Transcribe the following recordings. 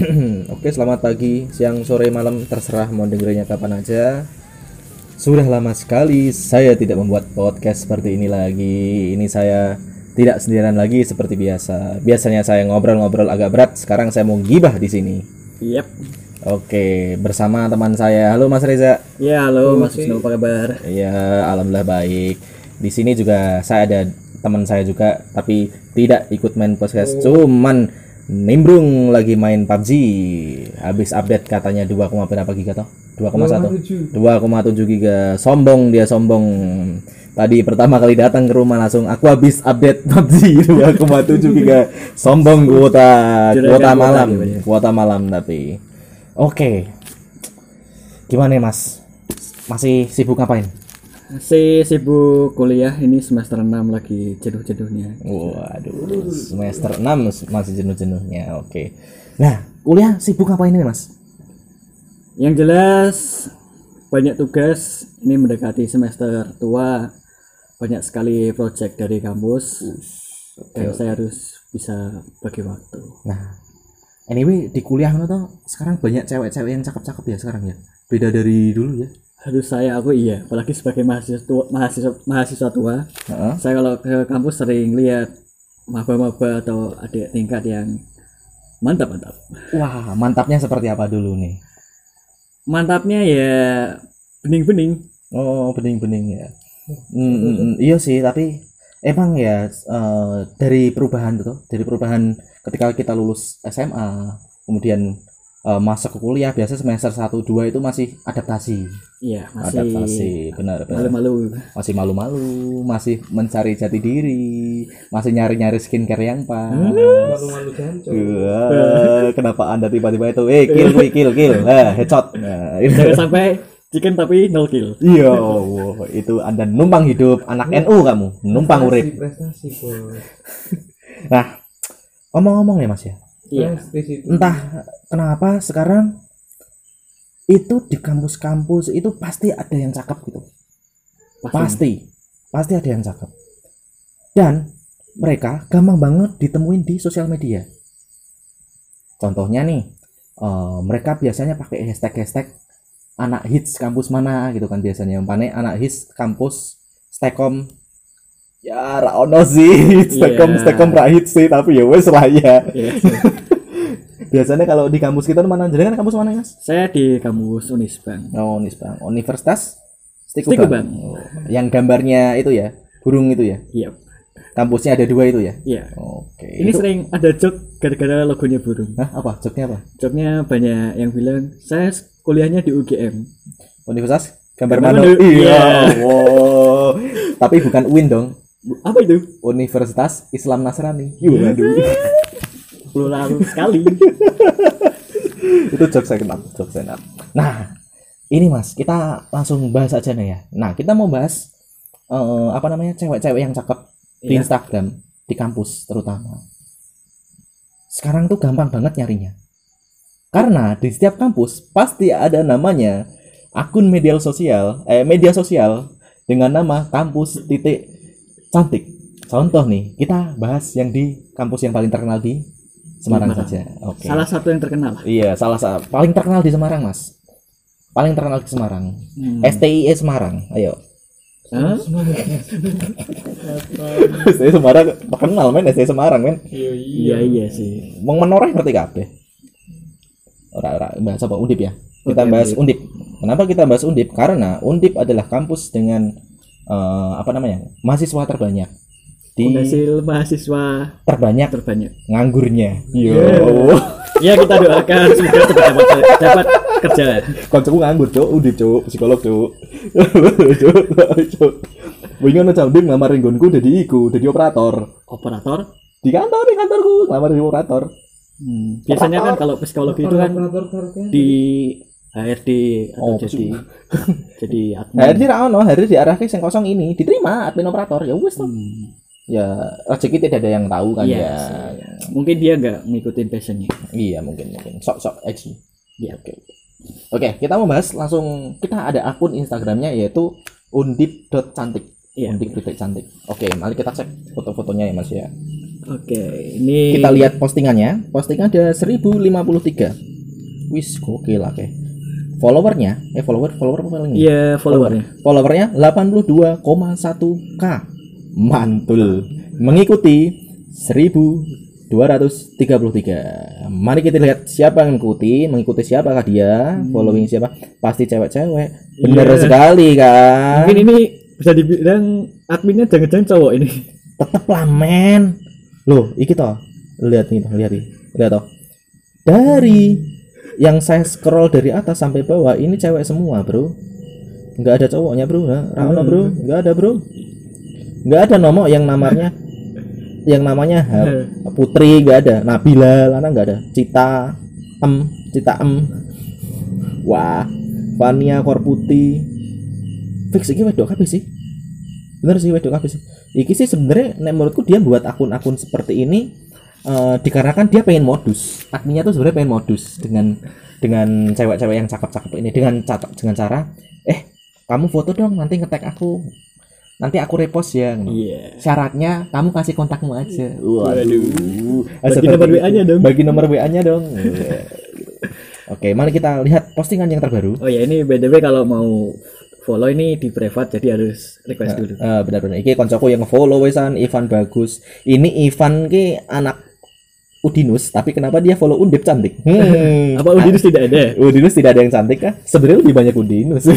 Oke, selamat pagi, siang, sore, malam, terserah mau dengerinnya kapan aja. Sudah lama sekali saya tidak membuat podcast seperti ini lagi. Ini saya tidak sendirian lagi seperti biasa. Biasanya saya ngobrol-ngobrol agak berat, sekarang saya mau gibah di sini. Yep. Oke, bersama teman saya. Halo Mas Reza. Ya, halo Mas Wisnu, apa kabar? Ya, alhamdulillah baik. Di sini juga saya ada teman saya juga, tapi tidak ikut main podcast, cuman nimbrung lagi main PUBG. Habis update katanya 2, berapa giga toh? 2,1. 2,7 giga. Sombong dia, sombong. Tadi pertama kali datang ke rumah langsung aku habis update PUBG 2,7 giga. Sombong kuota malam tapi. Oke. Gimana nih, Mas? Masih sibuk ngapain? Saya sibuk kuliah, ini semester 6 lagi jenuh-jenuhnya. Waduh, semester 6 masih jenuh-jenuhnya. Oke. Nah, kuliah sibuk ngapain nih, Mas? Yang jelas banyak tugas, ini mendekati semester tua. Banyak sekali proyek dari kampus. Dan saya harus bisa bagi waktu. Nah, anyway di kuliah tuh sekarang banyak cewek-cewek yang cakep-cakep ya sekarang ya. Beda dari dulu ya. Harus aku iya, apalagi sebagai mahasiswa tua. Saya kalau ke kampus sering lihat maba-maba atau adik tingkat yang mantap. Wah, mantapnya seperti apa dulu nih? Mantapnya ya bening-bening. Oh, bening-bening ya. Iya sih, tapi emang ya dari perubahan ketika kita lulus SMA, kemudian masuk ke kuliah, biasa semester 1 2 itu masih adaptasi. Iya, masih benar. Malu-malu. Masih malu-malu, masih mencari jati diri, masih nyari-nyari skincare yang pas. Malu-malu jancok. Kenapa Anda tiba-tiba itu kill. Headshot. Nah, Jangan sampai chicken tapi 0 kill. Iya, itu Anda numpang hidup anak NU kamu, numpang urip. Prestasi, Bos. Nah, ngomong-ngomong ya Mas ya. Iya. Entah kenapa sekarang itu di kampus-kampus itu pasti ada yang cakep gitu. Pasti ada yang cakep. Dan mereka gampang banget ditemuin di sosial media. Contohnya nih, mereka biasanya pakai hashtag anak hits kampus mana gitu kan biasanya. Umpamanya anak hits kampus Stekom. Ya ra ono sih, Stekom ra hits sih, tapi ya wes lah ya. Biasanya kalau di kampus kita mana? Jadi kan kampus mana, Mas? Saya di kampus Unisbang. Oh, Unisbang. Universitas Stikubang. Oh, yang gambarnya itu ya, burung itu ya. Iya. Kampusnya ada 2 itu ya. Iya. Oke. Ini itu sering ada joke gara-gara logonya burung. Hah, apa? Joknya apa? Joknya banyak yang bilang saya kuliahnya di UGM. Universitas gambar Gambar mana? mana? Iya. Wow. Tapi bukan UIN dong. Apa itu? Universitas Islam Nasrani. Waduh. Plural sekali. Itu jokes saya kenal. Nah, ini Mas, kita langsung bahas aja nih ya. Nah, kita mau bahas cewek-cewek yang cakep di Instagram, di kampus terutama. Sekarang tuh gampang banget nyarinya. Karena di setiap kampus pasti ada namanya akun media sosial dengan nama kampus titik cantik. Contoh nih, kita bahas yang di kampus yang paling terkenal di Semarang saja. Oke. Salah satu yang terkenal. Iya, paling terkenal di Semarang, Mas. Paling terkenal di Semarang. STIE Semarang. Ayo. STIE Semarang terkenal men, STIE Semarang men. Iya sih. Wong menoreh ngerti kabeh. Ora bahas apa Undip ya. Kita bahas Undip. Kenapa kita bahas Undip? Karena Undip adalah kampus dengan mahasiswa terbanyak. Hasil mahasiswa terbanyak nganggurnya. Ya kita doakan semoga dapat kerja. Koncoku nganggur, Cuk, Undip, Cuk, psikolog, Cuk. Wingi ana jambing ngamar nggonku dadi operator. Operator? Di kantorku ngamar jadi operator. Biasanya kan kalau psikologi itu kan di HRD atau jadi admin. HRD ra ono, HRD diarahke sing kosong ini, diterima admin operator. Ya wis toh. Ya rezeki tidak ada yang tahu kan ya. Mungkin dia nggak ngikutin passionnya. Iya mungkin sok edgy. Iya oke, kita mau bahas langsung. Kita ada akun Instagramnya yaitu undip.cantik. Undip.cantik. Oke, mari kita cek foto-fotonya ya Mas ya. Oke, ini Kita lihat postingannya. Postingan ada 1053. Wis gokil lah kayak. Followernya, follower apa paling? Iya, followernya. Followernya 82,1k. Mantul. Mengikuti 1233. Mari kita lihat siapa yang mengikuti siapakah dia, following siapa? Pasti cewek-cewek. Bener Iya. sekali kan? Mungkin ini bisa dibilang adminnya jangan-jangan cowok ini. Tetep lah men. Loh, iki toh. Lihat nih, lihat toh. Dari yang saya scroll dari atas sampai bawah ini cewek semua, Bro. Enggak ada cowoknya, Bro. Rano, Bro. Enggak ada, Bro. Enggak ada nomor yang namanya Putri, enggak ada. Nabila, Lana enggak ada. Cita Em. Wah, Fania Korputi. Fix iki wedok kabeh sih. Bener sih wedok kabeh sih. Iki sih sebenarnya menurutku dia buat akun-akun seperti ini dikarenakan dia pengen modus. Adminnya tuh sebenarnya pengen modus dengan cewek-cewek yang cakep-cakep ini dengan cara kamu foto dong nanti nge-tag aku. Nanti aku repost ya. Iya. Syaratnya kamu kasih kontakmu aja. Waduh. Bagi nomor WA-nya dong. Bagi nomor WA-nya dong. Oke, mari kita lihat postingan yang terbaru. Oh ya, ini BTW kalau mau follow ini di private jadi harus request dulu. Benar-benar. Iki koncoku yang follow wesan Ivan bagus. Ini Ivan ki anak Udinus, tapi kenapa dia follow Undip cantik? Apa Udinus tidak ada? Udinus tidak ada yang cantik kah? Sebenarnya lebih banyak Udinus.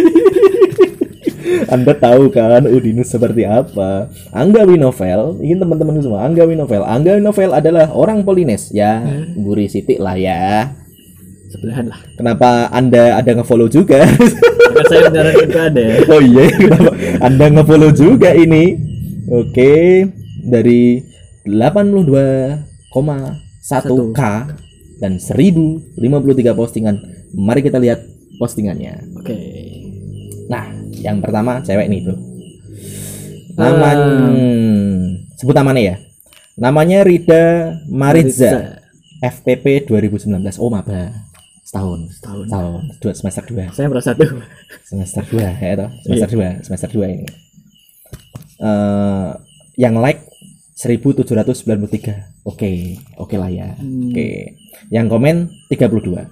Anda tahu kan Udinus seperti apa? Angga Winovel, ini teman-teman semua. Angga Winovel adalah orang Polines ya, Guri Siti lah ya. Sebelahan lah. Kenapa Anda ada nge-follow juga? Kan saya beneran itu ada. Oh iya, kenapa Anda nge-follow juga ini? Oke, dari 82,1k dan 1053 postingan. Mari kita lihat postingannya. Oke. Nah, yang pertama cewek nih, Bro. Namanya sebut namanya ya. Namanya Rida Maritza. FPP 2019. Oh, maba. Setahun. Semester 2. Saya merasa tuh. Semester 2 ya toh. Semester 2 ini. Yang like 1793. Oke lah ya. Oke. Yang komen 32.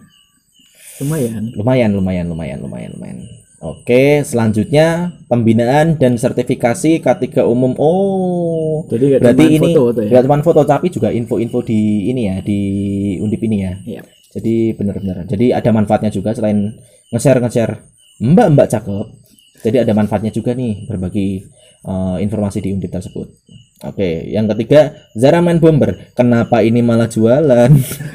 Lumayan. Oke, selanjutnya pembinaan dan sertifikasi K3 umum. Oh, jadi berarti ini foto, nggak cuma foto tapi juga info-info di ini ya, di Undip ini ya. Iya. Jadi benar-benar. Jadi ada manfaatnya juga selain nge-share mbak cakep. Jadi ada manfaatnya juga nih berbagi informasi di Undip tersebut. Oke, yang ketiga Zara Man Bomber. Kenapa ini malah jualan?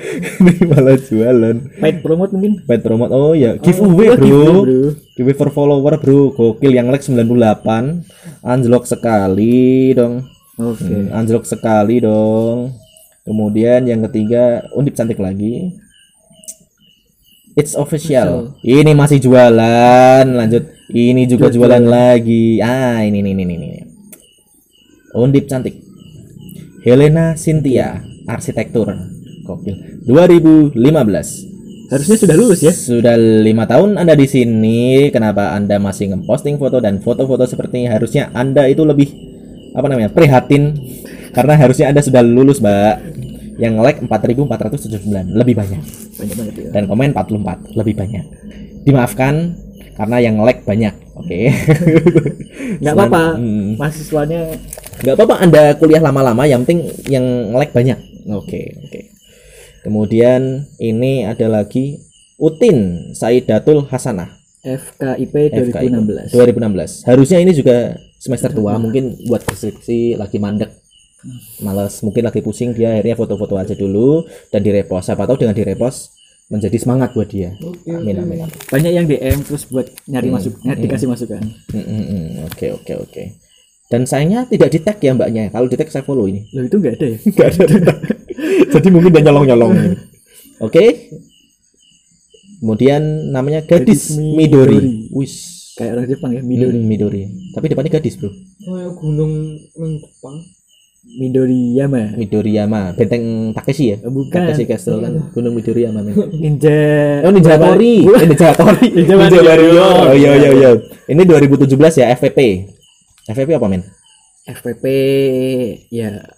Paid promote mungkin. Paid promote. Oh ya, giveaway, bro. Giveaway for follower, bro. Gokil, yang like 98. Anjlok sekali dong. Oke. Anjlok sekali dong. Kemudian yang ketiga Undip cantik lagi. It's official. Ini masih jualan. Lanjut. Ini juga jualan lagi. Ini. Undip cantik. Helena Cynthia, arsitektur. Gokil. 2015. Harusnya sudah lulus ya? Sudah 5 tahun Anda di sini. Kenapa Anda masih ngeposting foto dan foto-foto seperti ini? Harusnya Anda itu lebih prihatin karena harusnya Anda sudah lulus, Mbak. Yang like 4.479, lebih banyak. Banyak banget ya. Dan komen 44, lebih banyak. Dimaafkan karena yang like banyak. Oke. Nggak apa-apa. Mahasiswanya nggak apa-apa Anda kuliah lama-lama, yang penting yang like banyak. Oke. Kemudian ini ada lagi Utin Saidatul Hasanah, FKIP 2016. Harusnya ini juga semester tua, mungkin buat skripsi lagi mandek, malas, mungkin lagi pusing, dia akhirnya foto-foto aja dulu dan direpost. Siapa tahu dengan direpost menjadi semangat buat dia. Amin. Banyak yang DM terus buat nyari dikasih masukan. Oke. Dan sayangnya tidak di tag ya mbaknya. Kalau di tag saya follow ini. Loh, itu nggak ada ya? Nggak ada. Jadi mungkin dia nyolong. Oke. Kemudian namanya Gadis Midori. Wis. Kayak orang Jepang ya, Midori. Midori. Tapi depannya gadis, bro. Kayak gunung nang Jepang. Midoriyama. Benteng Takeshi ya? Bukan. Takeshi Castle kan. Gunung Midoriyama. Ninja. Oh, Ninja Tori. Ninja Wario. Oh iya. Ini 2017 ya, FVP. FVP apa, men? FPP ya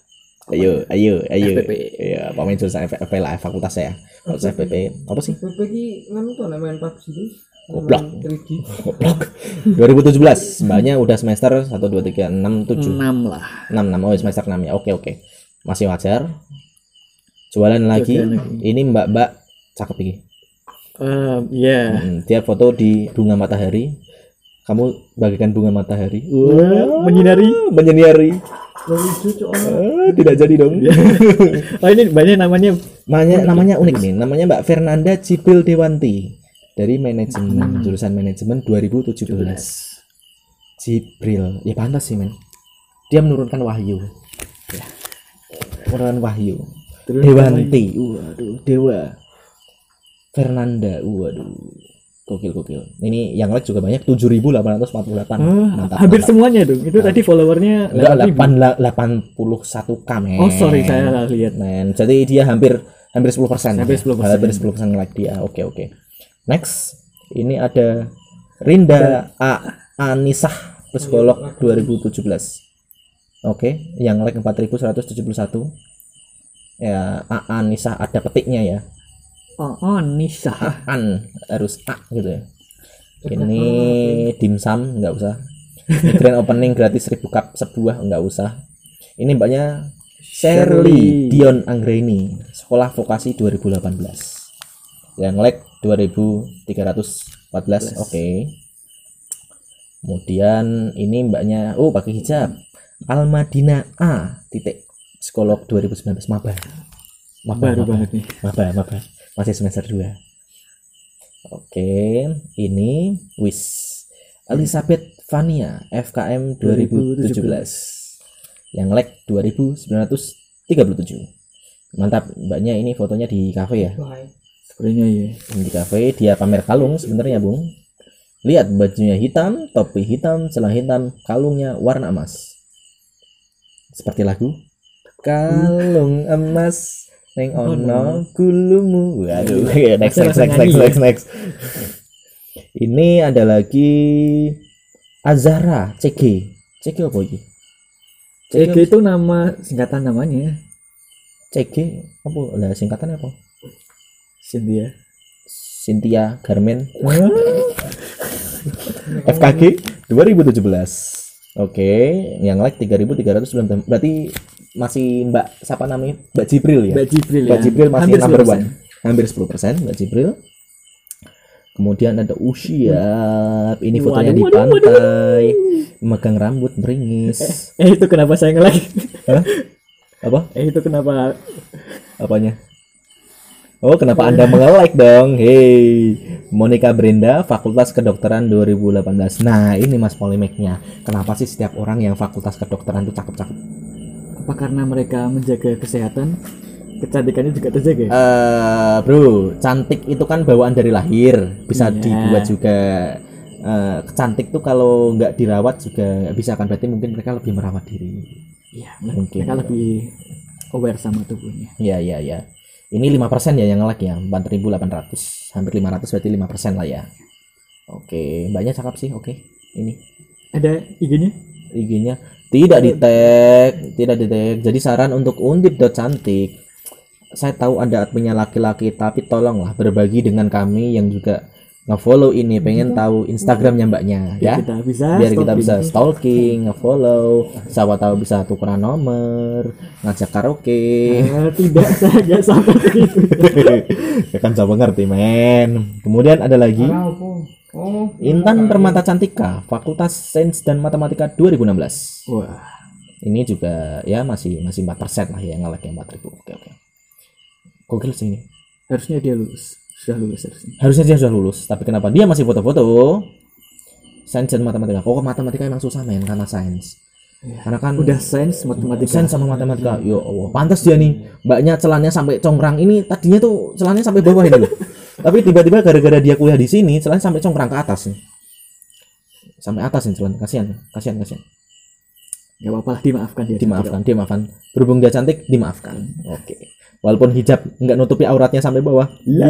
Ayo. FPP. Ya, pokoknya jurusan FPP lah, fakultas saya. Fakultas FPP. Apa sih? PP ki nganu to nek main PUBG iki. Goblok. Main 3D. Goblok. 2017. Mbaknya udah semester 1 2 3 6 7. 6 lah. 6. Oh, semester 6 ya. Oke. Masih wajar. Jualan lagi. Ini Mbak cakep iki. Iya. Dia foto di bunga matahari. Kamu bagikan bunga matahari. Menyinari. Lucu cok. Tidak jadi dong. Oh ini banyak namanya. Namanya unik nih. Namanya Mbak Fernanda Cibil Dewanti dari manajemen jurusan manajemen 2017. Cibril. Ya pantas sih, men. Dia menurunkan wahyu. Ya. Menurunkan wahyu. Dewanti. Waduh, Dewa. Fernanda. Waduh. Gokil. Ini yang like juga banyak 7.848. Mantap. Hampir semuanya dong. Itu tadi followernya Enggak 81k, men. Oh, sorry saya nggak lihat. Men. Jadi dia hampir 10%. Hampir 10%. Hampir 10% like dia. Oke. Next, ini ada Rinda Anisah psikolog 2017. Oke, yang like 4.171. Ya, Anisah ada petiknya ya. Oh, Nisa. Harus A gitu ya. Ini dimsum nggak usah. Ini grand opening gratis 1000 cup sebuah nggak usah. Ini mbaknya Shirley Dion Anggreni, sekolah vokasi 2018. Yang like 2314. Oke. Kemudian ini mbaknya pakai hijab. Almadina A titik psikolog 2019 maba. Baru banget nih. Maba. Masih semester 2. Oke, ini Elizabeth Vania FKM 2017. Yang like 2937. Mantap, mbaknya ini fotonya di kafe ya. Sepertinya ya. Di kafe dia pamer kalung sebenarnya, Bung. Lihat bajunya hitam, topi hitam, celana hitam, kalungnya warna emas. Seperti lagu Kalung Emas Neng ono gulumu. Waduh, next. Ini ada lagi Azara CG apa ini? CG itu nama singkatan namanya. CG apa? Lah singkatannya apa? Cynthia Garmen. FKG 2017. Oke, yang like 3.390. Berarti masih Mbak siapa namanya? Mbak Jibril ya. Mbak Jibril masih hampir number 10%. 1. Hampir 10% Mbak Jibril. Kemudian ada Usyap. Ini fotonya di pantai, megang rambut meringis. Itu kenapa saya nge-like? Hah? Apa? Itu kenapa? Apanya? Oh, kenapa Anda nge-like dong? Hey, Monica Brenda, Fakultas Kedokteran 2018. Nah, ini Mas polemiknya. Kenapa sih setiap orang yang Fakultas Kedokteran itu cakep-cakep? Apa karena mereka menjaga kesehatan? Kecantikannya juga terjaga? Bro, cantik itu kan bawaan dari lahir. Bisa dibuat juga. Cantik tuh kalau nggak dirawat juga nggak bisa kan. Berarti mungkin mereka lebih merawat diri. Iya, mungkin. Mereka lebih aware sama tubuhnya. Iya. Ini 5% ya yang like ya, 4.800, hampir 500 berarti 5% lah ya. Oke, mbaknya cakep sih. Oke, ini. Ada IG-nya? IG-nya tidak di-tag. Jadi saran untuk undip.cantik. Saya tahu Anda adminnya laki-laki, tapi tolonglah berbagi dengan kami yang juga nge-follow ini, pengen tahu Instagramnya mbaknya ya. Biar kita bisa stalking, nge-follow, siapa tahu bisa tukeran nomor, ngajak karaoke. Tidak, saya nggak sampai begitu. Ya kan coba ngerti, men. Kemudian ada lagi Intan Permata Cantika, Fakultas Sains dan Matematika 2016. Wah, ini juga ya masih 4% lah ya, nge-like yang 4.000. Oke. Gokil sih ini. Harusnya dia sudah lulus harusnya dia sudah lulus, tapi kenapa dia masih foto-foto? Sains dan matematika. Matematika emang susah, men, karena sains. Karena kan udah sains sama matematika. Yo Allah, pantas dia nih. Mbaknya celananya sampai congkrang. Ini tadinya tuh celananya sampai bawah ini loh. Tapi tiba-tiba gara-gara dia kuliah di sini, celananya sampai congkrang ke atas nih. Sampai atas nih celananya. Kasihan. Gak apa-apa lah, dimaafkan. Berhubung dia cantik, dimaafkan. Oke. Walaupun hijab nggak nutupi auratnya sampai bawah.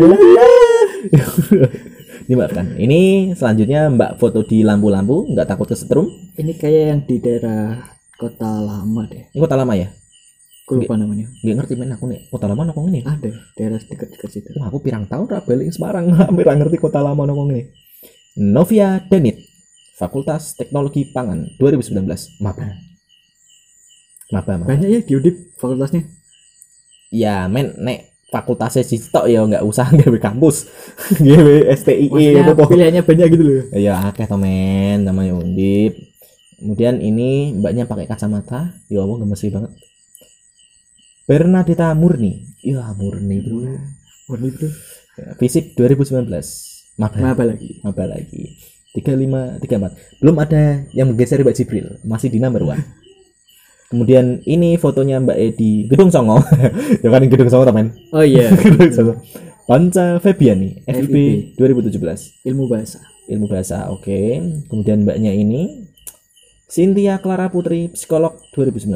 Dimaafkan. Ini selanjutnya Mbak foto di lampu-lampu, nggak takut kesetrum. Ini kayak yang di daerah Kota Lama deh. Ini Kota Lama ya? Aku lupa namanya. Nggak ngerti men aku nih kota lama nongkrong ini. Ada daerah dekat-dekat situ. Wah, aku pirang tahun ra balik Semarang hampir ra ngerti kota lama nongkrong ini. Novia Denit, Fakultas Teknologi Pangan 2019. Maba. Banyak ya di Undip fakultasnya. Ya men nek fakultasnya tok ya nggak usah gawe kampus. Gawe STIE Maksudnya apa pilihannya banyak gitu loh. ya akeh to men namanya Undip. Kemudian ini mbaknya pakai kacamata. Ya Allah gemes banget. Bernadetta Murni. Ya Murni bro. Murni bro. Ya, Fisik 2019. Maba lagi. 35 34. Belum ada yang menggeser Mbak Jibril. Masih di number 1. Kemudian ini fotonya Mbak Edi Gedung Songo. Ya kan Gedung Songo teman. Oh iya. Gedung Songo. Panca Febiani, FIB 2017. Ilmu bahasa. Ilmu bahasa, oke. Kemudian mbaknya ini Cynthia Clara Putri, psikolog 2019.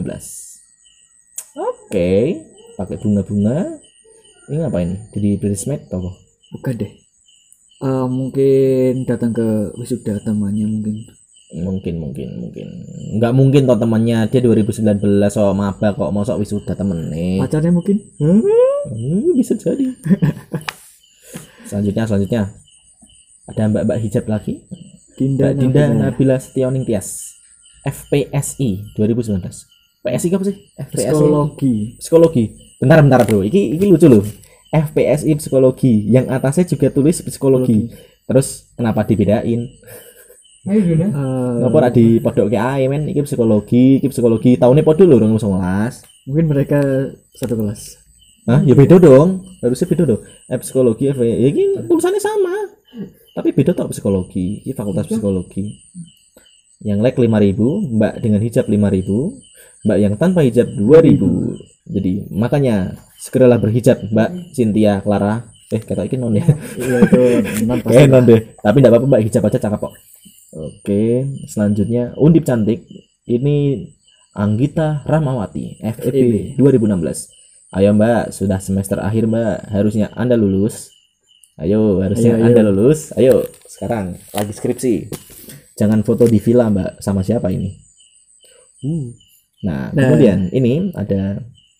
Oke, pakai bunga-bunga. Ini apa ini? Jadi bridesmaid atau apa? Bukan deh. Mungkin datang ke wisuda temannya mungkin. Mungkin nggak mungkin toh temannya dia 2019 so maba kok mau sok wisuda temennya. Pacarnya mungkin. Bisa jadi. selanjutnya ada mbak hijab lagi. Dinda Nabila Setioning Tias, FPSI 2019. PSI apa sih? Psikologi. Bentar bro, iki lucu loh. FPSI psikologi, yang atasnya juga tulis psikologi. Terus kenapa dibedain? Ayo gini. Kenapa ora dipodokke ae men? Iki psikologi. Tahunnya podo lho 2019. Mungkin mereka satu kelas. Hah? Ya beda dong. Harusnya beda dong. Psikologi, ya ini tulisannya sama. Tapi beda tak psikologi. Ini fakultas psikologi. Yang like 5.000, mbak dengan hijab 5.000, mbak yang tanpa hijab 2.000. Jadi makanya segeralah berhijab Mbak Cynthia Clara. Kata iki non ya. Iya itu non Kayak non deh. Tapi enggak apa-apa Mbak, hijab aja cakep kok. Oke, selanjutnya Undip cantik. Ini Anggita Ramawati, FEB 2016. Ayo Mbak, sudah semester akhir Mbak, harusnya Anda lulus. Ayo, harusnya Anda lulus. Ayo, sekarang lagi skripsi. Jangan foto di villa Mbak, sama siapa ini? Nah, kemudian ini ada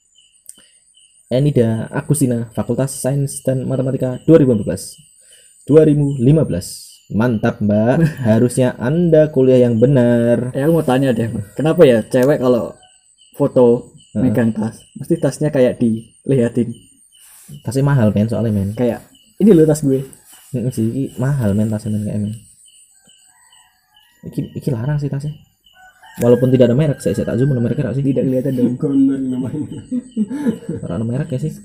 Enida Agustina, Fakultas Sains dan Matematika 2015. Mantap Mbak, harusnya Anda kuliah yang benar. Aku mau tanya deh, kenapa ya cewek kalau foto megang tas, mesti tasnya kayak dilihatin? Tasnya mahal men, soalnya men. Kayak ini loh tas gue. Sih, mahal men tasnya men kayak men. Iki larang sih tasnya. Walaupun tidak ada merek, saya tak zoom mereknya sih. Tidak kelihatan dong. Orang merek ya sih.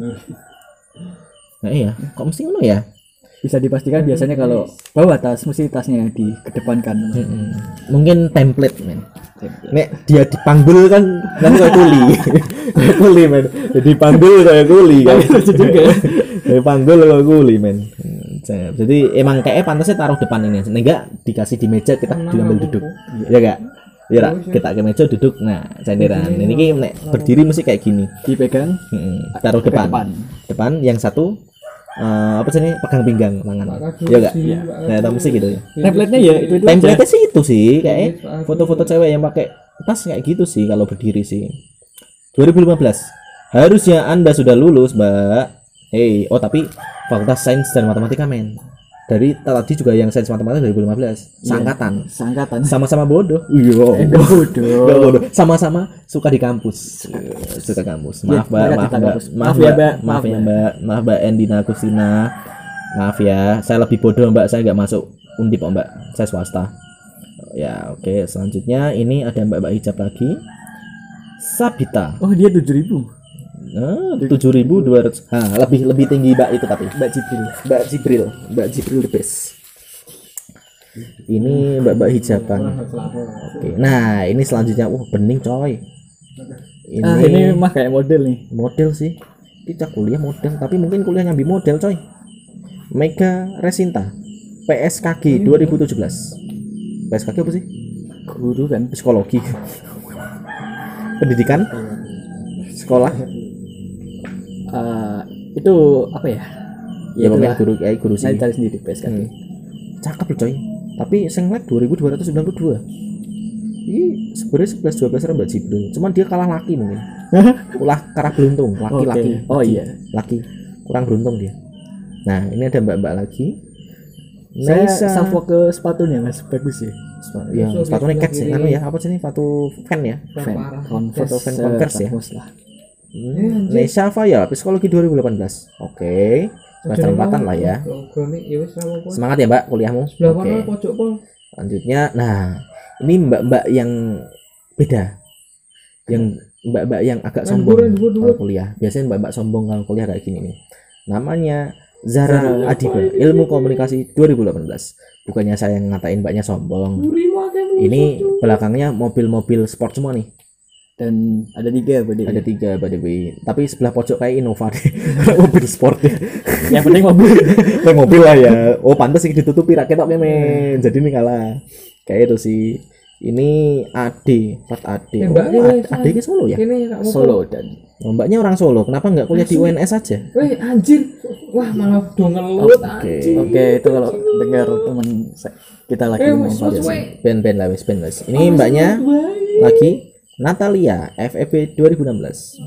Nah iya, kok mesti ngono ya? Bisa dipastikan biasanya kalau bawa tas mesti tasnya dikedepankan. Mungkin template men. Nek dia dipanggul kan kayak kuli men. Jadi panggul kayak kuli kan. Juga. Dipanggul kayak kuli men. Jadi emang kayak pantasnya taruh depan ini. Enggak dikasih di meja, kita diambil duduk. Ya enggak? Ya kita ke meja duduk. Nah, cenderan. Ini nek berdiri mesti kayak gini. Dipegang, taruh depan. Yang satu apa sih ini, pegang pinggang tangan. Ya enggak? Nah, itu mesti gitu ya. Template-nya ya itu Template-nya sih itu sih, kayak foto-foto cewek yang pakai tas kayak gitu sih kalau berdiri sih. 2015. Harusnya Anda sudah lulus, Mbak. Tapi Fakultas Sains dan Matematika men. Dari tadi juga yang sains matematika 2015. Sangkatan. Sama-sama bodoh. Iya. Bodoh. Sama-sama suka di kampus. Suka kampus. Maaf Mbak Endina Agustina. Maaf ya, saya lebih bodoh Mbak. Saya nggak masuk Undip Mbak. Saya swasta. Ya, oke. Selanjutnya ini ada Mbak hijab lagi. Sabita. Oh, dia 7.000. 7.200. Lebih tinggi Mbak itu tapi Mbak Jibril the best. Ini Mbak hijaban. Oke. Nah, ini selanjutnya bening coy. Ini mah kayak model nih. Model sih. Kita kuliah model, tapi mungkin kuliah nyambi model coy. Mega Resinta, PSKG 2017. PSKG apa sih? Guru kan, psikologi. Pendidikan sekolah. Itu apa ya? Ya pokoknya guru sih. Saya cari sendiri PSKG. Cakep loh coy. Tapi sing like 2292. Ini sebenarnya 11-12 Mbak Jibril. Cuman dia kalah laki mungkin. Kalah beruntung, laki-laki. Oke. Oh iya. Laki. Kurang beruntung dia. Nah, ini ada mbak-mbak lagi. Saya Nesa. salvo ke sepatunya Mas, bagus sih. Ya, sepatunya Keds ya. Anu ya, apa sih ini? Sepatu fan ya? Fan, Foto fan Converse ya. bagus lah. Nesa Faya, psikologi 2018. Oke. Semester 4-an lah ya. Semangat ya, Mbak, kuliahmu. Oke. Pojok pol. Selanjutnya, nah, ini mbak-mbak yang beda. Yang mbak-mbak yang agak sombong kalau kuliah. Biasanya mbak-mbak sombong kalau kuliah kayak gini nih. Namanya Zara Adiba, Ilmu Komunikasi 2018. Bukannya saya yang ngatain mbaknya sombong. Ini belakangnya mobil-mobil sport semua nih. Dan ada 3 berarti. Ada 3 by the way. Tapi sebelah pojok kayak Innova deh. Mobil sport ya. Yang penting mobil. Kayak mobil lah ya. Oh pantas sih ditutupi raketnya men. Jadi ini kalah. Kayak itu sih. Ini Ade, Plat Ade. Oh, Ade ke Solo ya? Solo dan Mbaknya orang Solo. Kenapa nggak kuliah di UNS aja? Weh anjir. Wah malah dong ngelut anjir. Oke, itu kalau dengar teman kita lagi ngomong Ben lah wis. Ini mbaknya lagi Natalia FEB 2016.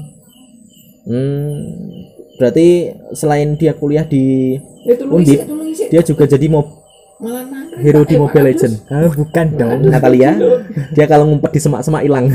Berarti selain dia kuliah di Undip, dia juga jadi hero di Mobile Legend. bukan dong. Natalia, dia kalau ngumpet di semak-semak hilang.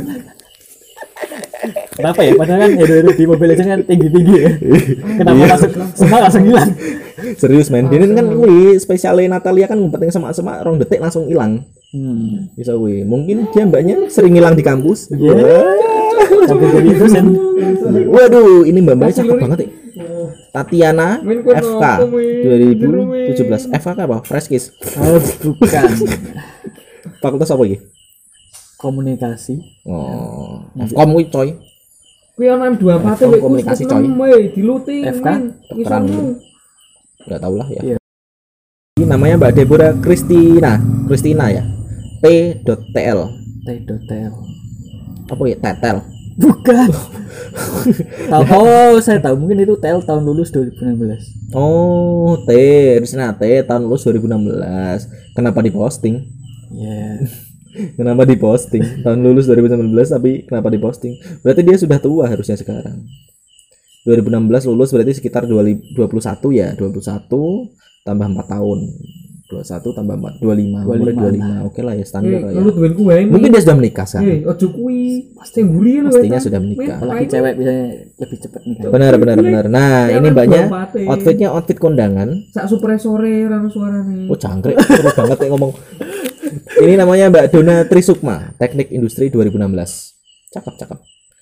Kenapa ya? Padahal kan hero di Mobile Legends kan tinggi-tinggi ya. Kenapa masuk semua langsung hilang? Serius men, dia kan spesialnya Natalia kan ngumpetin semak-semak 2 detik langsung hilang. Bisa gue. Mungkin dia mbaknya sering hilang di kampus. Sampai jadi dosen. Waduh, ini mbak-mbaknya cakep banget ya. Tatiana FK 2017. FK apa? Fresh Kiss. Bukan. Fakultas apa lagi? Komunikasi. Oh, Fkom kuwi coy. Kuwi ana M24 wek komunikasi, coy. Diluting. FK Kedokteran. Enggak tahu lah ya. Ini namanya Mbak Deborah Kristina ya. P.TL. T.TL. Apa ya? Tetel. Bukan. Oh, saya tahu mungkin itu TL tahun lulus 2016. Oh, Kristina tahun lulus 2016. Kenapa diposting? Ya. Kenapa diposting? Tahun lulus 2019 tapi kenapa diposting? Berarti dia sudah tua harusnya sekarang. 2016 lulus berarti sekitar 21 ya. 21 tambah 4 tahun. 21 tambah 4 25. Umur 25. Oke lah ya standar lah ya. Mungkin dia sudah menikah sekarang. Ojo kuwi pasti mburi lho. Pastinya sudah menikah. Apalagi cewek bisa lebih cepat nih. Benar. Nah, ini mbaknya outfitnya outfit kondangan. Sak suppresore ora suarane. Oh, jangkrik. Terus banget ya ngomong. Ini namanya Mbak Dona Trisukma, Teknik Industri 2016. Cakep.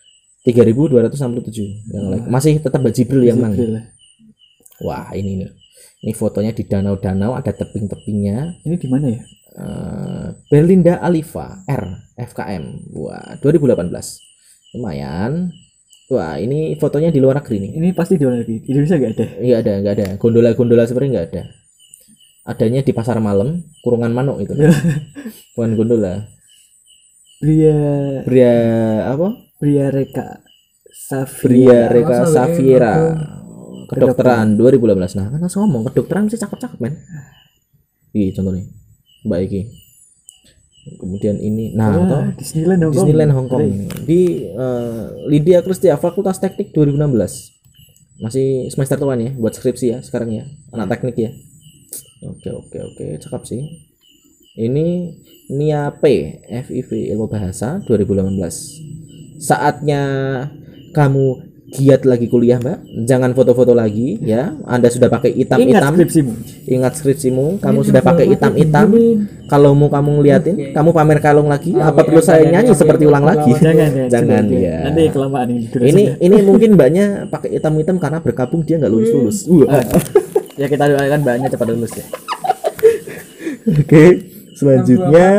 3.267 yang like. Masih tetap Mbak Jibril yang menang. Wah, ini nih. Ini fotonya di danau-danau, ada tebing-tebingnya. Ini di mana ya? Berlinda Alifa R FKM. Wah, 2018. Lumayan. Wah, ini fotonya di luar negeri nih. Ini pasti di luar negeri. Indonesia enggak ada. Iya, enggak ada. Gondola-gondola sebenarnya enggak ada. Adanya di pasar malam, kurungan manuk itu. Bukan gondola. Bria apa? Bria Reka Safiera. Kedokteran 2018. Nah, kan langsung ngomong kedokteran sih cakep-cakep, men. Ini contohnya. Mbak Iki. Kemudian ini Disneyland Hong Kong. Di Lydia Kristia Fakultas Teknik 2016. Masih semester tuan ya buat skripsi ya sekarang ya. Anak teknik ya. Oke, cakep sih. Ini Nia P FIV Ilmu Bahasa 2018. Saatnya kamu giat lagi kuliah, Mbak. Jangan foto-foto lagi ya. Anda sudah pakai hitam-hitam. Ingat skripsimu. Kamu sudah pakai hitam-hitam. Kalau mau kamu ngeliatin, kamu pamer kalung lagi. Apa perlu saya nyanyi seperti ulang lagi? Jangan ya. Nanti kelamaan ini. Ini mungkin mbaknya pakai hitam-hitam karena berkabung dia nggak lulus. Ya kita doakan mbaknya cepat lulus ya. Oke. Selanjutnya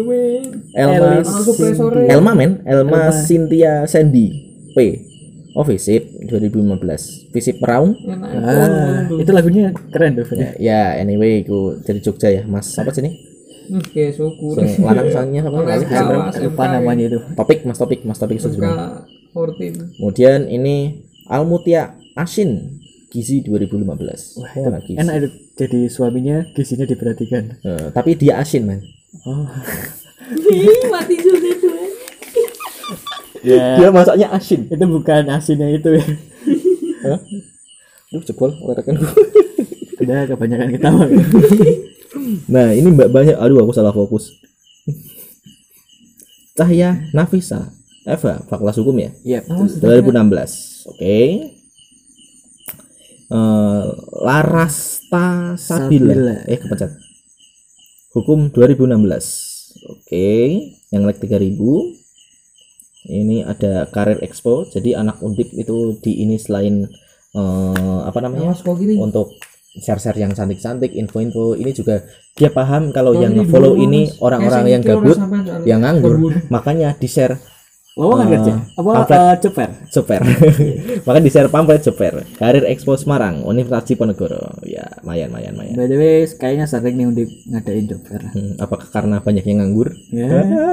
Elma Cynthia Sandy P. Oh, Visip 2015. Visip Peraung. Itu lagunya keren tuh. Ya, anyway, itu dari Jogja ya, Mas. Apa sih nih? Oke, syukur. Lanang soalnya apa? Lupa namanya itu. Mas Topik sebenarnya. 14. Kemudian ini Almutia Asin Gizi 2015. Wah, enak itu jadi suaminya gizinya diperhatikan. Tapi dia asin, man. Oh. Mati juga tuh. Ya, Dia masaknya asin. itu bukan asinnya itu ya. Hah? Duh, jebol rekan gua. Udah kebanyakan ketawa. Nah, ini Mbak banyak. Aduh, aku salah fokus. Cahya Nafisa Eva, Fakultas Hukum ya. Iya, betul. 2016. Oke. Larasta Sabila. Sabila. Kepencet. Hukum 2016. Oke, yang like 3000. Ini ada Karir Expo. Jadi anak Undip itu di ini selain apa namanya? Mas kok gini. Untuk share-share yang cantik-cantik, info-info, ini juga dia paham kalau Oh, yang ini follow dulu, ini Mas. orang-orang Saya yang mikir gabut, orang sampai soalnya. yang nganggur, Gabut. makanya di-share Lowongan kerja. Apa pamflet. ceper? Joper. Makanya di-share pamflet Joper. Karir Expo Semarang, Universitas Diponegoro. Ya, mayan. By the way, kayaknya sering nih Undip ngadain job fair. Apakah karena banyak yang nganggur? Ya.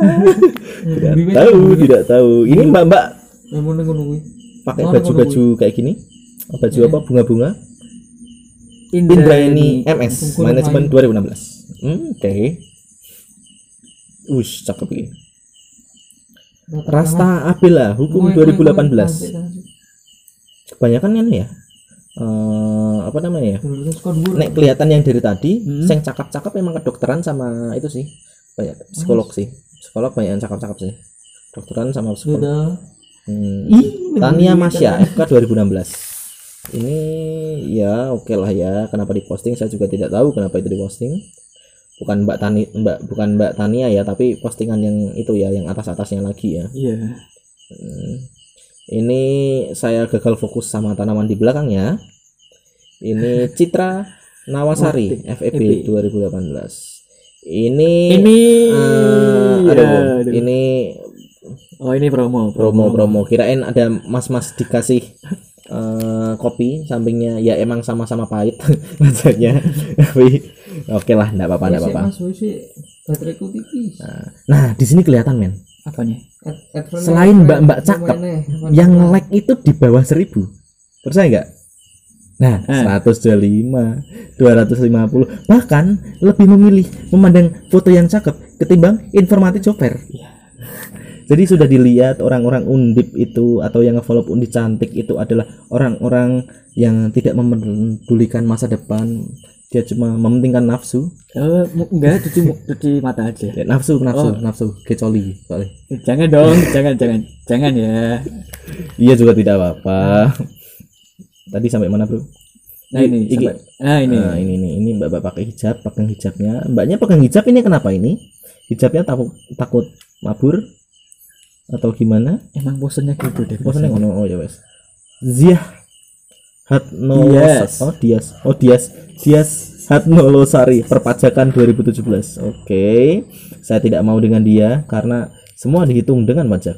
Tidak tahu. Ini Mbak-mbak Yang mana nunggu. pakai Mana baju-baju kayak gini? Baju apa? Bunga-bunga? Indrayani Indrayani MS Hukum Manajemen 2016. Oke. Ush, cakep ini. Rasta Abela Hukum 2018. Kebanyakan ini ya. Apa namanya ya? Nek kelihatan yang dari tadi, yang cakep-cakep memang kedokteran sama itu sih. Banyak psikolog sih. Psikolog banyak yang cakep-cakep sih. Dokteran sama psikolog. Tania Masya FK 2016. Ini ya oke lah ya. Kenapa diposting? Saya juga tidak tahu kenapa itu diposting. Bukan Mbak Tania ya, tapi postingan yang itu ya, yang atasnya lagi ya. Iya. Ini saya gagal fokus sama tanaman di belakangnya. Ini Citra Nawasari FEB 2018. Ini aduh. ini Oh, ini promo. Kirain ada mas-mas dikasih kopi sampingnya, ya emang sama-sama pahit rasanya. Tapi oke lah, enggak apa-apa. Mas sih bateraiku tipis. Nah, di sini kelihatan men. Apanya? Selain mbak-mbak cakep, yang like itu di bawah 1000. Percaya enggak? Nah, 125, 250, bahkan lebih memilih memandang foto yang cakep ketimbang informatif joper. Jadi sudah dilihat orang-orang Undip itu atau yang nge-follow Undip cantik itu adalah orang-orang yang tidak memedulikan masa depan. Dia cuma mementingkan nafsu. Enggak, cuci mata aja. Ya, nafsu, kecoli. Soalnya. Jangan dong, jangan ya. Iya juga tidak apa-apa. Tadi sampai mana, Bro? Nah ini, ini mbak pakai hijab, pegang hijabnya. Mbaknya pegang hijab ini kenapa ini? Hijabnya takut mabur atau gimana? Emang bosannya gitu deh. Bosannya ngono. Oh ya wes. Ziah Hatno Dias Hatnolosari Perpajakan 2017. Oke. Saya tidak mau dengan dia karena semua dihitung dengan pajak.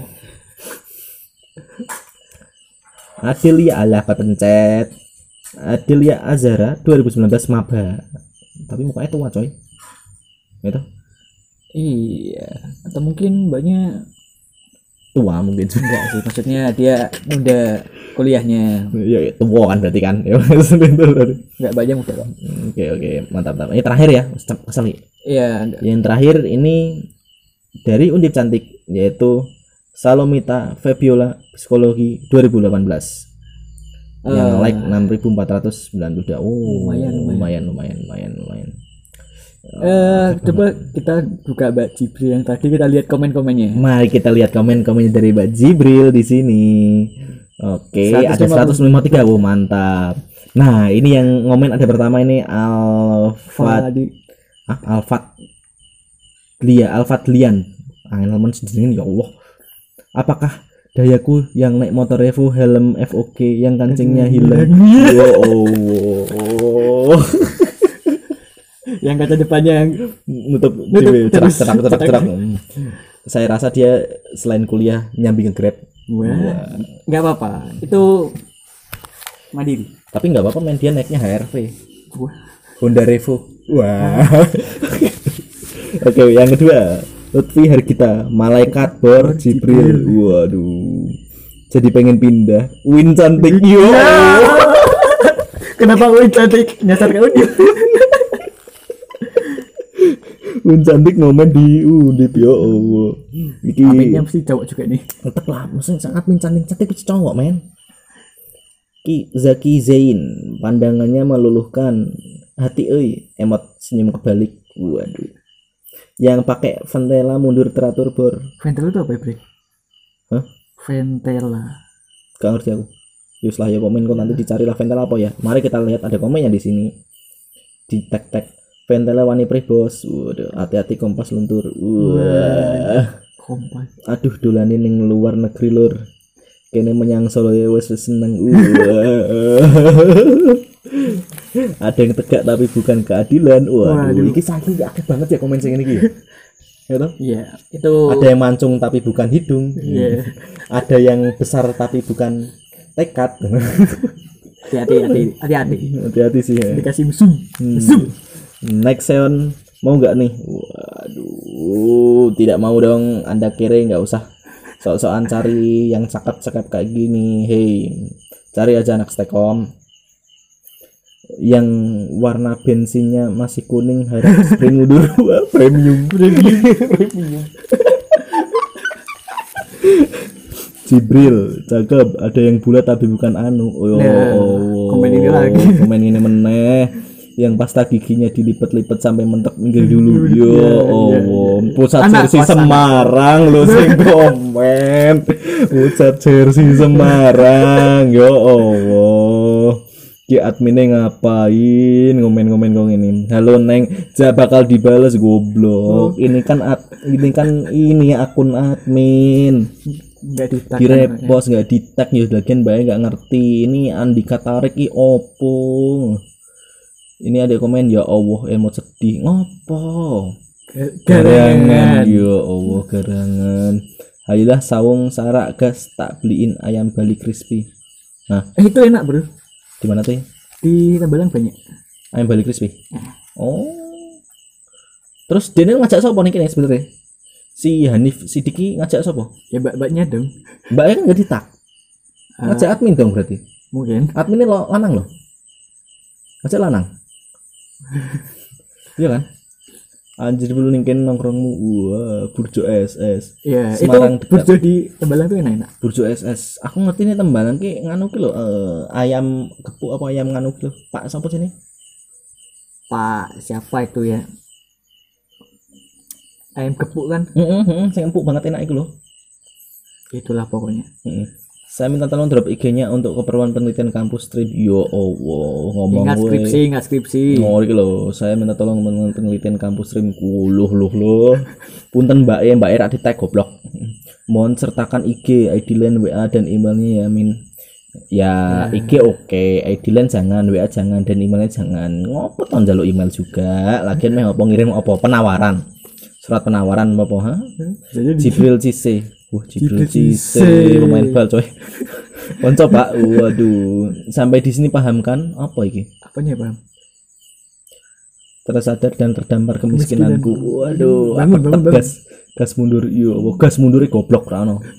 Adelia Alah pencet. Adelia Azara 2019 maba. Tapi mukanya tua coy. Gitu. Iya. Atau mungkin mbaknya Tua mungkin juga. enggak sih, maksudnya dia muda kuliahnya. Ya tua kan berarti kan. Ya Enggak banyak muda kok. Oke, mantap. Ini terakhir ya. Kesel nih. Iya. Yang terakhir ini dari Undip Cantik, yaitu Salomita Febiola Psikologi 2018. Yang like 6.492. Oh, lumayan. Coba kita buka Mbak Jibril yang tadi kita lihat komen-komennya. Mari kita lihat komen-komen dari Mbak Jibril di sini. Oke, ada 153. Oh, mantap. Nah, ini yang ngomen ada pertama ini Alfadlian. Teman sendiri ya Allah. Apakah dayaku yang naik motor Evo helm FOG yang kancingnya hilang? Ya Allah. Yang kaca depannya yang nutup cerak. Saya rasa dia selain kuliah nyambi nge-Grab. Wah, nggak apa-apa. Itu mandiri. Tapi nggak apa-apa main, dia naiknya HRV. Wah. Honda Revo. Wah. Oke, yang kedua Lutfi Hargita Malaikat Bor Jibril. Waduh. Jadi pengen pindah. Win cantik. Yo. Kenapa Win cantik nyasar ke Undip? Pun cantik momen di Undip ya Allah. Iki Aminnya mesti cowok juga nih. tetep lah, maksudnya sangat cantik pasti cowok men. Ki Zaki Zain, pandangannya meluluhkan hati emot senyum kebalik. Waduh. Yang pakai Ventela mundur teratur bor. Ventela itu apa ya, Bre? Hah? Ventela. Gak ngerti aku. Yus lah ya komen kok nanti dicarilah Ventela apa ya. Mari kita lihat ada komennya di sini. Di tag Ventela wani pre bos. Waduh, hati-hati kompas luntur. Wah. Kompas. Aduh dolane ning luar negeri lur. Kene menyang Solo ya wis seneng. Ada yang tegak tapi bukan keadilan. Waduh, iki saiki akeh banget ya komen sing ngene iki. Ya toh? Iya, itu Ada yang mancung tapi bukan hidung. Iya. Ada yang besar tapi bukan tekad. hati-hati. Hati-hati sih ya. Dikasih mesum. Next sound mau nggak nih? Waduh, tidak mau dong. Anda kira nggak usah sok-sokan cari yang cakep-cakep kayak gini. Hey, cari aja anak Stekom yang warna bensinnya masih kuning, harus spring mundur. Wah, premium. Jibril, cakep. Ada yang bulat tapi bukan anu. Oh, komen ini lagi. Komen ini meneh. Yang pasta giginya dilipet-lipet sampai mentek minggir dulu. Yo, pusat jersey Semarang lo sing komen. Pusat jersey Semarang. Yo, ki adminnya ngapain ngomen-ngomen kong ini. Halo Neng, bakal dibales goblok. Ini kan akun admin. Enggak ditag. Direpost enggak ditag ya lagian bae enggak ngerti. Ini Andika Tarik ki opo. Ini ada komen ya Allah emot sedih ngopo. Garangan ya Allah garangan. Ayolah sawung sarak gas tak beliin ayam Bali crispy. Nah, itu enak, Bro. Di mana tuh? Di Tembalang banyak. Ayam Bali crispy. Oh. Terus Dene ngajak sapa nih kene sebenarnya? Si Hanif Sidiki ngajak sapa? Ya mbak-mbaknya dong. Mbaknya kan enggak ditak. Ngajak admin dong berarti. Mungkin. Adminnya lo lanang loh. Ngajak lanang. Iya kan? Anjir dulu ningkin nongkrongmu. Wah, Burjo SS. Iya, Semarang itu Burjo di Tembalang tuh enak. Burjo SS. Aku ngerti nih Tembalang ki nganu ki lho, ayam gepuk apa ayam nganu ki lho. Pak sapa sini? Pak siapa itu ya? Ayam gepuk kan? Sing empuk banget enak iku lho. Itulah pokoknya. Saya minta tolong drop IG-nya untuk keperluan penelitian kampus trip. Yo Allah, ngomong Ingat skripsi. Oh, iki lho, saya minta tolong penelitian kampus trip. Loh. Punten Mbak rak di-tag goblok. Mohon sertakan IG, ID line, WA dan emailnya ya Min. Ya, IG oke, ID line jangan, WA jangan dan emailnya jangan. Ngopo to njaluk email juga. Lagian meh opo ngirim opo penawaran. Surat penawaran apa ha? Jibril Cise. Wah, Jibril Cise lumayan bal coy. Konco Pak. Waduh. Sampai di sini paham kan apa iki? Apanya, Bang? Tersadar dan terdampar kemiskinanku. Waduh, bangun. Gas mundur. Yo, gas mundur goblok ra ono.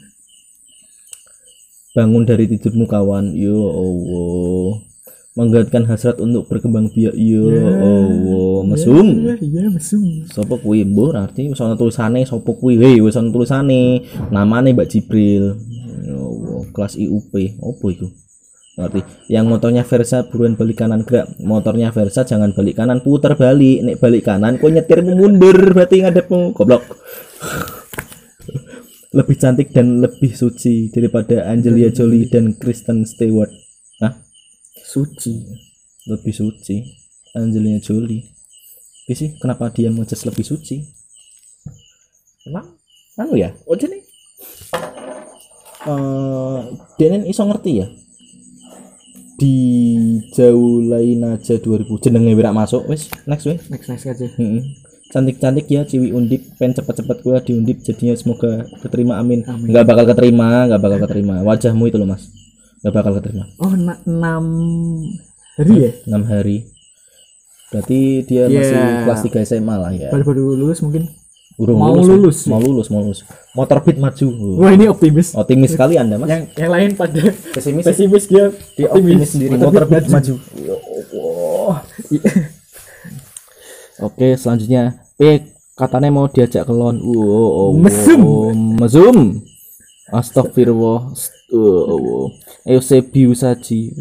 Bangun dari tidurmu kawan. Yo Allah. Menggerakkan hasrat untuk berkembang biak. Yo Allah, mesum. Iya, mesum. Sopo kuwi mbur arti wis ana tulisane sopo kuwi. Wis ana tulisane namane Mbak Jibril. Ya Allah, kelas IUP. Opo iku? Ngerti. Yang motornya Versa buruan balik kanan gerak. Motornya Versa jangan balik kanan, putar balik. Nek balik kanan kok nyetirmu mundur berarti ngadepmu. Goblok. Lebih cantik dan lebih suci daripada Angelina Jolie dan Kristen Stewart. Hah? Suci. Lebih suci Angelina Jolie. Sih kenapa dia mengejas lebih suci? Emang anu ya? Oh jadi Denen iso ngerti ya? Di jauh lain aja 2000 jenenge wirak masuk wis next aja. Cantik-cantik ya Ciwi Undip, pengen cepet-cepet gua di Undip jadinya semoga keterima amin. Enggak bakal keterima. Wajahmu itu loh Mas. Enggak bakal keterima. Oh, 6 hari ya? 6 hari. Berarti dia masih kelas 3 SMA lah ya. Baru lulus mungkin. Mau lulus. Motor Beat maju. Wah, ini optimis sekali Anda, Mas. Yang lain pada pesimis dia optimis sendiri. Motor Beat maju. Ya Allah. Oke, selanjutnya Katanya mau diajak ke lon. Mesum. Astagfirullah. Eusebiu saji.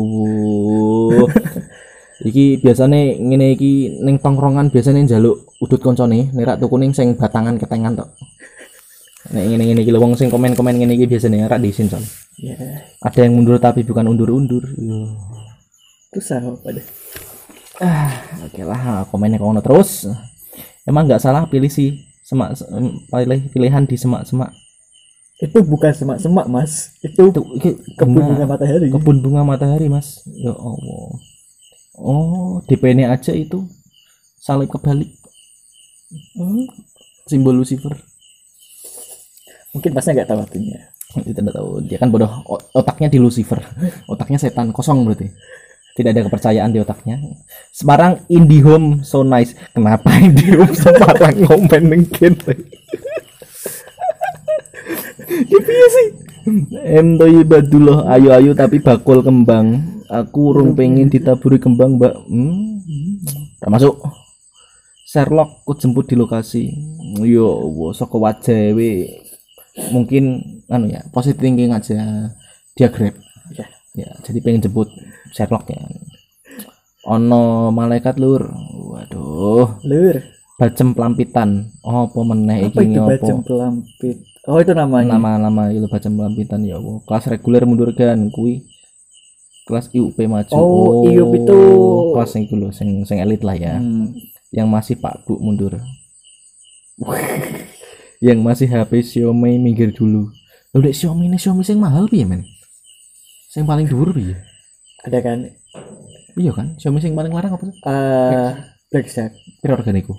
Iki biasane ngene iki ning tongkrongan biasane njaluk udut koncone, nek rak tuku ning sing batangan ketengan tok. Nek ngene-ngene iki lho wong sing komen-komen ngene iki biasane rak diisin son. Ya, Ada yang mundur tapi bukan undur-undur. itu sama pada. Oke lah, komennya kono terus. Emang nggak salah pilih sih pilihan di semak-semak. Itu bukan semak-semak, Mas. Itu kebun bunga matahari. Kebun bunga matahari, Mas. Ya Allah. Oh, DP-nya aja itu salib kebalik. Simbol Lucifer. Mungkin Masnya nggak tahu artinya. Kita tidak tahu. Dia kan bodoh. Otaknya di Lucifer. Otaknya setan kosong berarti. Tidak ada kepercayaan di otaknya. Semarang IndiHome so nice. Kenapa IndiHome Semarang ngomen mungkin? Iya sih. Toyibadullah ayo tapi bakul kembang. Aku urung pengen ditaburi kembang, Mbak. Udah masuk. Sherlock ku jemput di lokasi. Yo, saka wajah we. Mungkin ya, positive thinking aja. Dia Grab. Ya, jadi pengen jemput Sherlock ya. Ono malaikat lur. Waduh. Lur. Bacem pelampitan. Oh, apa meneh Apa iki itu ngopo? bacem pelampit? Oh, itu namanya. Nama itu bacem pelampitan ya Allah. Kelas reguler mundur kan kuwi. Kelas IUP maju. Oh, IUP itu. Kelas yang dulu sing elit lah ya. Yang masih Pak Bu mundur. Yang masih HP Xiaomi minggir dulu. Udah Xiaomi sing mahal piye men? Sing paling dhuwur piye? Ada kan? Iya kan? Xiaomi sing paling larang apa sih? Black Shark. Piro organiku?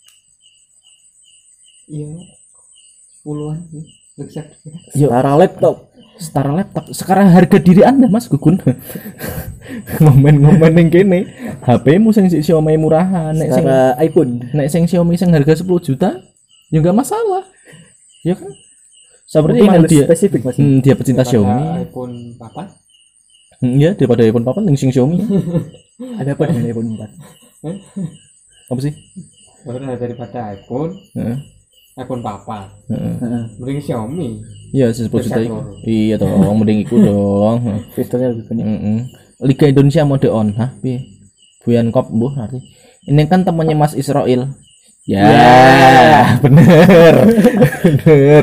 Iya. Puluhan sih. Black Yo, Setara laptop. sekarang harga diri Anda Mas Gugun. Ngomen-ngomen ning kene. HP-mu sing Xiaomi murahan, nek sing iPhone. nek sing Xiaomi sing harga 10 juta ya enggak masalah. Ya kan? Seperti Mungkin emang harus dia spesifik Mas. dia pecinta Xiaomi. iPhone 4. Ya daripada iPhone 4 ning sing Xiaomi. Ada apa dengan iPhone 4? Apa sih? Sebenarnya daripada iPhone, Heeh. iPhone 4. Heeh. Mending Xiaomi. Iya 10 juta Besar, iku. Lur. Iya dong, mending iku dong. Fiturnya lebih banyak. Liga Indonesia mode on. Hah, piye? Buyan Kop mbuh nanti. Ini kan temannya Mas Israel. Ya, bener. Bener.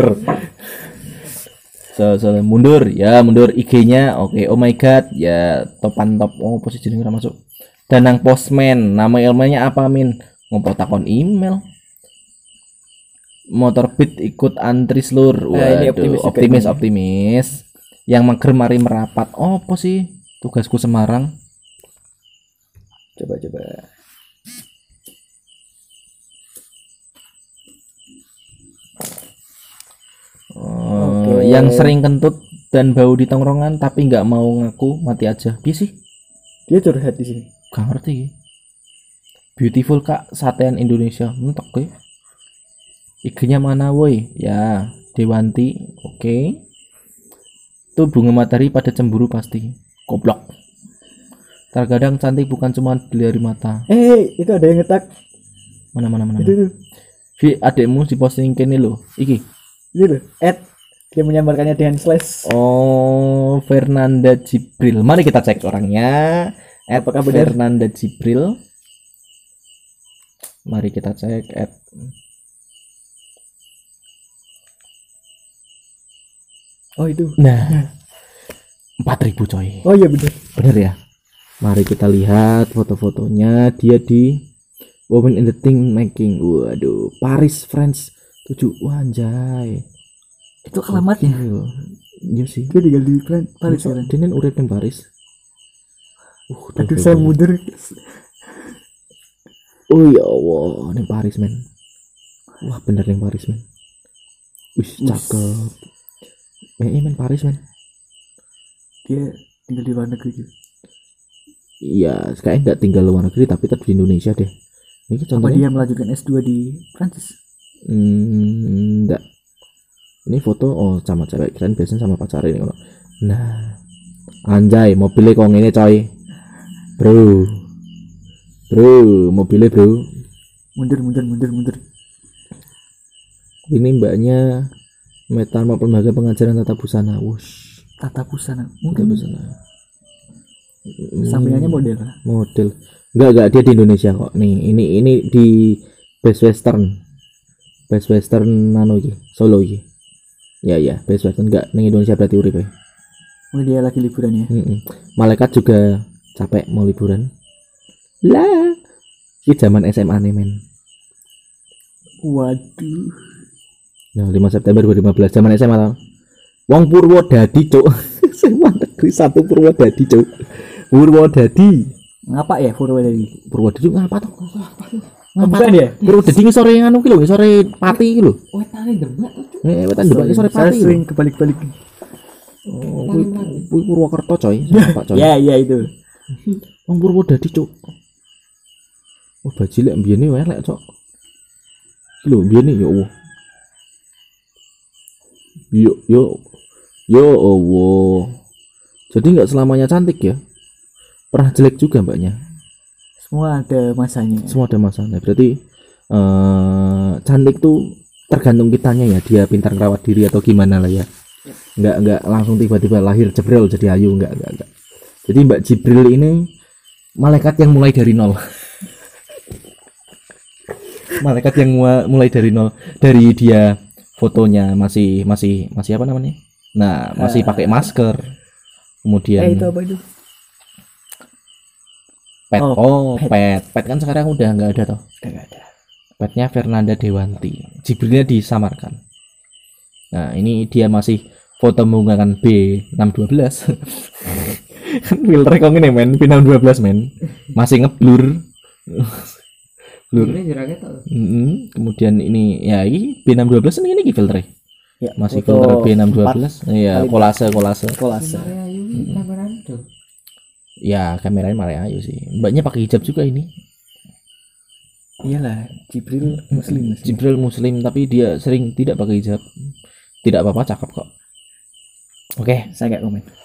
So, mundur IG-nya. Oke, oh my god, ya topan top. Oh, posisi jenenge ora masuk. Danang Postman, nama ilmunya apa Min? Ngopo takon email. Motorbit ikut antri seluruh. Ini optimis. Yang mager mari merapat. Oh, apa sih? Tugasku Semarang. Coba. Yang sering kentut dan bau di tongkrongan tapi nggak mau ngaku, mati aja. Piye sih? Dia curhat di sini. Gak ngerti. Beautiful Kak, satean Indonesia. Mentok kowe. IG-nya mana woi? Ya, Dewanti. Oke. Tuh bunga matahari pada cemburu pasti. Goblok. Terkadang cantik bukan cuma dilihat mata. Itu ada yang ngetak. Mana. Itu. Vi, adekmu diposting kene lho. Iki. Itu loh. Dia menyamarkannya dengan slash. Oh, Fernanda Jibril. Mari kita cek orangnya. Apakah benar? Fernanda Jibril. Mari kita cek. Oh itu. Nah, 4.000 coy. Oh iya benar. Bener ya. Mari kita lihat foto-fotonya. Dia di Women in the Thing Making. Waduh, Paris, France 7. Wah, anjay. Itu alamatnya. Iya sih. Dia tinggal di Paris sekarang. Dia kan urip di Paris. Aduh saya mundur. Oh ya Allah, ini Paris men. Wah bener nih Paris men. Wih cakep. Men Paris men. Dia tinggal di luar negeri juga. Iya, kayaknya nggak tinggal luar negeri tapi tetap di Indonesia deh. Ini Apa contohnya. dia melanjutkan S2 di Prancis? Enggak. Ini foto sama cewek, kirain biasanya sama pacar ini. Nah, anjay mobilnya kok ini coy. Bro, mobilnya bro. Mundur. Ini mbaknya Metal Lembaga Pengajaran Tata Busana. Wush, Tata busana. Tata Mungkin Busana. sampingannya model. Model. Enggak dia di Indonesia kok. Nih, ini di Best Western. Best Western nano iki, Solo iki. Ya, Best Western enggak ning Indonesia berarti urip ya. Oh, dia lagi liburan ya. Malaikat juga capek mau liburan. Lah, ini zaman SMA nih men. Waduh. Nah, 5 September 2015 zaman SMA tau. Wong Purwodadi, Cuk. SMA Negeri 1 Purwodadi, Cuk. Purwodadi. Ngapa ya Purwodadi? Purwodadi ngapa tuh? Bukan ya? Purwodadi ngisore anu ki lho, ngisore Pati ki lho. Wetane Demak tuh. Wetan Demak ngisore Saya Pati. sering kebalik-balik. Oh, kuwi Purwokerto, coy. Pak, coy. Ya itu. Wong Purwodadi, Cuk. Oh, bajilek mbiyene wae elek, Cuk. Ki lho, mbiyene ya Allah. Yo, Allah. Jadi nggak selamanya cantik ya. Pernah jelek juga mbaknya. Semua ada masanya. Semua ada masanya. Berarti cantik tuh tergantung kitanya ya. Dia pintar merawat diri atau gimana lah ya. Nggak langsung tiba-tiba lahir jebril jadi ayu, nggak. Jadi Mbak Jibril ini malaikat yang mulai dari nol. Malaikat yang mulai dari nol. Dari dia fotonya masih apa namanya? Nah, masih pakai masker. Kemudian Itu apa itu? pet. Pet. Pet kan sekarang udah nggak ada toh. Udah nggak ada. Petnya Fernanda Dewanti. Jibrilnya disamarkan. Nah, ini dia masih foto menggunakan B612. Kan filter kok ngene men, B612 men. Masih ngeblur. Ini jaraknya tuh. Kemudian ini ya ini B612 ini filternya. Ya, Masih foto filter B612. Iya, kolase. kolase. Maria Ayu kameran tuh. Ya, kameranya Maria Ayu sih. Mbaknya pakai hijab juga ini. Iyalah, Jibril muslim. Jibril muslim tapi dia sering tidak pakai hijab. Tidak apa-apa, cakep kok. Oke, Saya nggak komen.